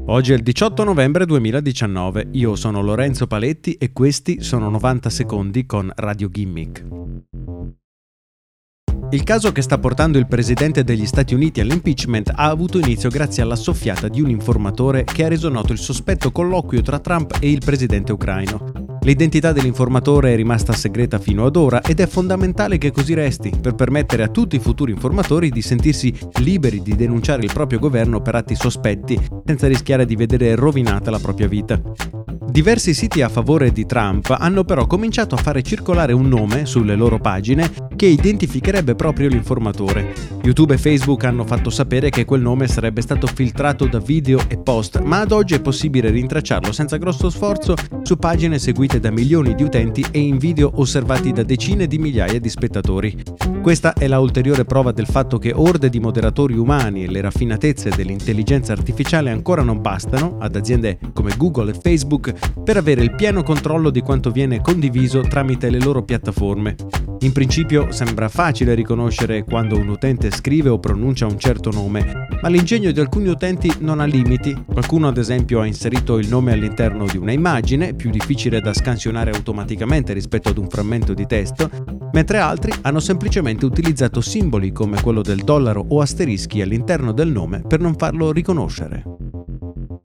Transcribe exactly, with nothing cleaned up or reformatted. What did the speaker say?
Oggi è il diciotto novembre duemiladiciannove, io sono Lorenzo Paletti e questi sono novanta secondi con Radio Gimmick. Il caso che sta portando il presidente degli Stati Uniti all'impeachment ha avuto inizio grazie alla soffiata di un informatore che ha reso noto il sospetto colloquio tra Trump e il presidente ucraino. L'identità dell'informatore è rimasta segreta fino ad ora ed è fondamentale che così resti per permettere a tutti i futuri informatori di sentirsi liberi di denunciare il proprio governo per atti sospetti senza rischiare di vedere rovinata la propria vita. Diversi siti a favore di Trump hanno però cominciato a fare circolare un nome sulle loro pagine che identificherebbe proprio l'informatore. YouTube e Facebook hanno fatto sapere che quel nome sarebbe stato filtrato da video e post, ma ad oggi è possibile rintracciarlo senza grosso sforzo su pagine seguite da milioni di utenti e in video osservati da decine di migliaia di spettatori. Questa è la ulteriore prova del fatto che orde di moderatori umani e le raffinatezze dell'intelligenza artificiale ancora non bastano ad aziende come Google e Facebook per avere il pieno controllo di quanto viene condiviso tramite le loro piattaforme. In principio sembra facile riconoscere quando un utente scrive o pronuncia un certo nome, ma l'ingegno di alcuni utenti non ha limiti. Qualcuno ad esempio ha inserito il nome all'interno di una immagine, più difficile da scansionare automaticamente rispetto ad un frammento di testo, mentre altri hanno semplicemente utilizzato simboli come quello del dollaro o asterischi all'interno del nome per non farlo riconoscere.